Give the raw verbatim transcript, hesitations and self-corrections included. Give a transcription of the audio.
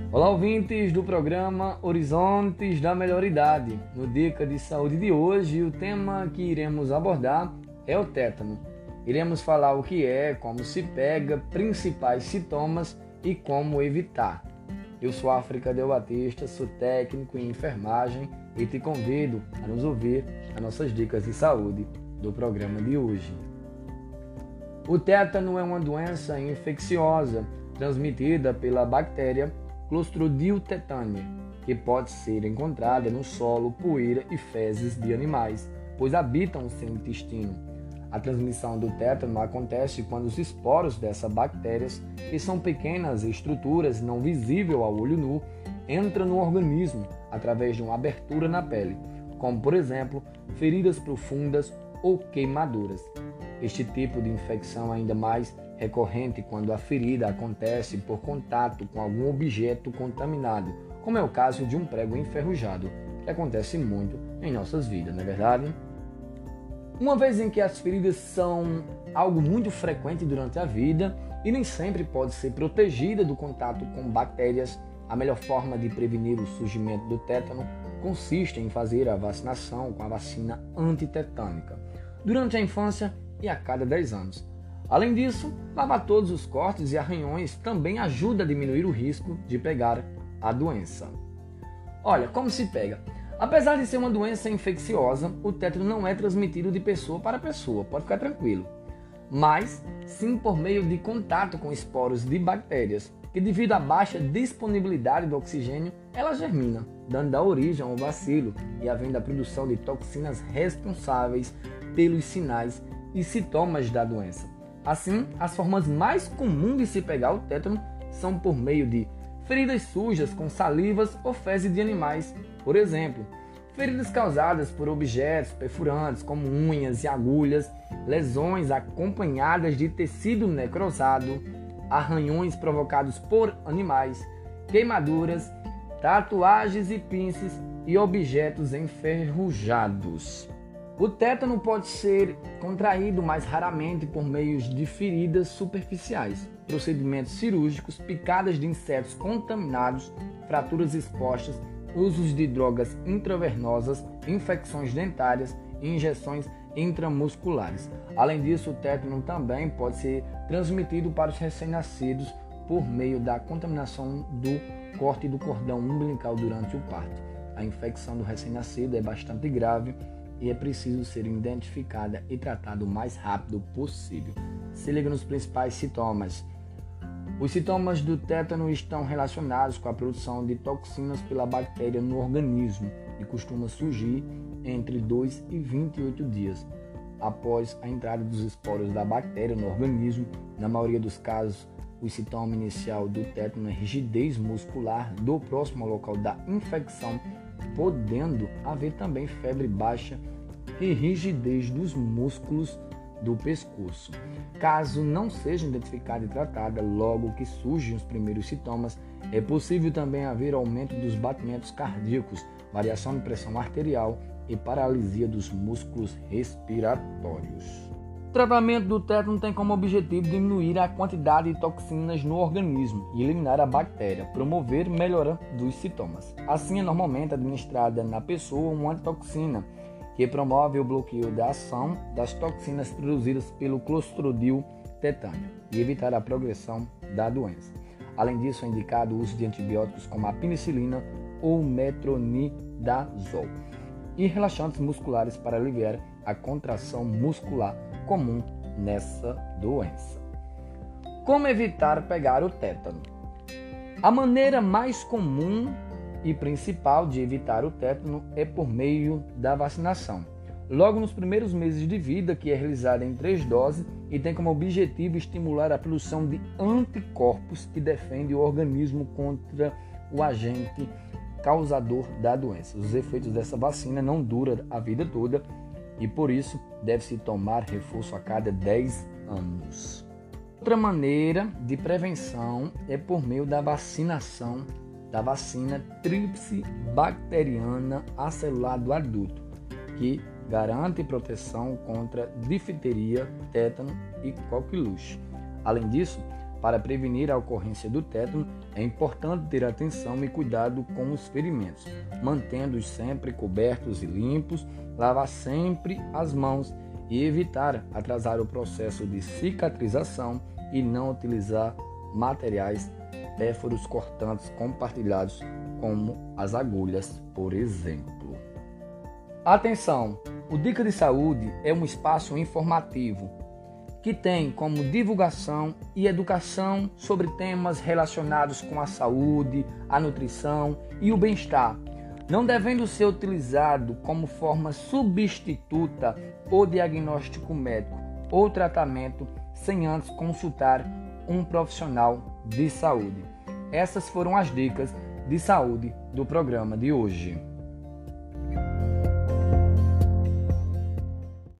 Olá, ouvintes do programa Horizontes da Melhor Idade. No Dica de Saúde de hoje, o tema que iremos abordar é o tétano. Iremos falar o que é, como se pega, principais sintomas e como evitar. Eu sou África Del Batista, sou técnico em enfermagem e te convido a nos ouvir as nossas dicas de saúde do programa de hoje. O tétano é uma doença infecciosa transmitida pela bactéria Clostridium tetani, que pode ser encontrada no solo, poeira e fezes de animais, pois habitam o seu intestino. A transmissão do tétano acontece quando os esporos dessas bactérias, que são pequenas estruturas não visíveis ao olho nu, entram no organismo através de uma abertura na pele, como por exemplo, feridas profundas ou queimaduras. Este tipo de infecção é ainda mais recorrente quando a ferida acontece por contato com algum objeto contaminado, como é o caso de um prego enferrujado, que acontece muito em nossas vidas, não é verdade? Uma vez em que as feridas são algo muito frequente durante a vida e nem sempre pode ser protegida do contato com bactérias, a melhor forma de prevenir o surgimento do tétano consiste em fazer a vacinação com a vacina antitetânica durante a infância e a cada dez anos. Além disso, lavar todos os cortes e arranhões também ajuda a diminuir o risco de pegar a doença. Olha, como se pega? Apesar de ser uma doença infecciosa, o tétano não é transmitido de pessoa para pessoa, pode ficar tranquilo. Mas sim por meio de contato com esporos de bactérias, que devido à baixa disponibilidade do oxigênio, ela germina, dando a origem ao bacilo e havendo a produção de toxinas responsáveis pelos sinais e sintomas da doença. Assim, as formas mais comuns de se pegar o tétano são por meio de feridas sujas com salivas ou fezes de animais, por exemplo, feridas causadas por objetos perfurantes como unhas e agulhas, lesões acompanhadas de tecido necrosado, arranhões provocados por animais, queimaduras, tatuagens e pinças e objetos enferrujados. O tétano pode ser contraído mais raramente por meio de feridas superficiais, procedimentos cirúrgicos, picadas de insetos contaminados, fraturas expostas, usos de drogas intravenosas, infecções dentárias e injeções intramusculares. Além disso, o tétano também pode ser transmitido para os recém-nascidos por meio da contaminação do corte do cordão umbilical durante o parto. A infecção do recém-nascido é bastante grave e é preciso ser identificada e tratada o mais rápido possível. Se liga nos principais sintomas. Os sintomas do tétano estão relacionados com a produção de toxinas pela bactéria no organismo e costuma surgir entre dois e vinte e oito dias após a entrada dos esporos da bactéria no organismo. Na maioria dos casos, o sintoma inicial do tétano é rigidez muscular do próximo ao local da infecção, podendo haver também febre baixa e rigidez dos músculos do pescoço. Caso não seja identificada e tratada logo que surgem os primeiros sintomas, é possível também haver aumento dos batimentos cardíacos, variação de pressão arterial e paralisia dos músculos respiratórios. O tratamento do tétano tem como objetivo diminuir a quantidade de toxinas no organismo e eliminar a bactéria, promover melhora dos sintomas. Assim, é normalmente administrada na pessoa uma antitoxina, que promove o bloqueio da ação das toxinas produzidas pelo Clostridium tetani e evitar a progressão da doença. Além disso, é indicado o uso de antibióticos como a penicilina ou metronidazol e relaxantes musculares para aliviar a contração muscular comum nessa doença. Como evitar pegar o tétano? A maneira mais comum e principal de evitar o tétano é por meio da vacinação. Logo nos primeiros meses de vida, que é realizada em três doses e tem como objetivo estimular a produção de anticorpos que defendem o organismo contra o agente causador da doença. Os efeitos dessa vacina não duram a vida toda e por isso deve-se tomar reforço a cada dez anos. Outra maneira de prevenção é por meio da vacinação da vacina tríplice bacteriana acelular do adulto, que garante proteção contra difteria, tétano e coqueluche. Além disso, Para prevenir a ocorrência do tétano, é importante ter atenção e cuidado com os ferimentos, mantendo-os sempre cobertos e limpos, lavar sempre as mãos e evitar atrasar o processo de cicatrização e não utilizar materiais pérfuros cortantes compartilhados, como as agulhas, por exemplo. Atenção! O Dica de Saúde é um espaço informativo que tem como divulgação e educação sobre temas relacionados com a saúde, a nutrição e o bem-estar, não devendo ser utilizado como forma substituta ou diagnóstico médico ou tratamento sem antes consultar um profissional de saúde. Essas foram as dicas de saúde do programa de hoje.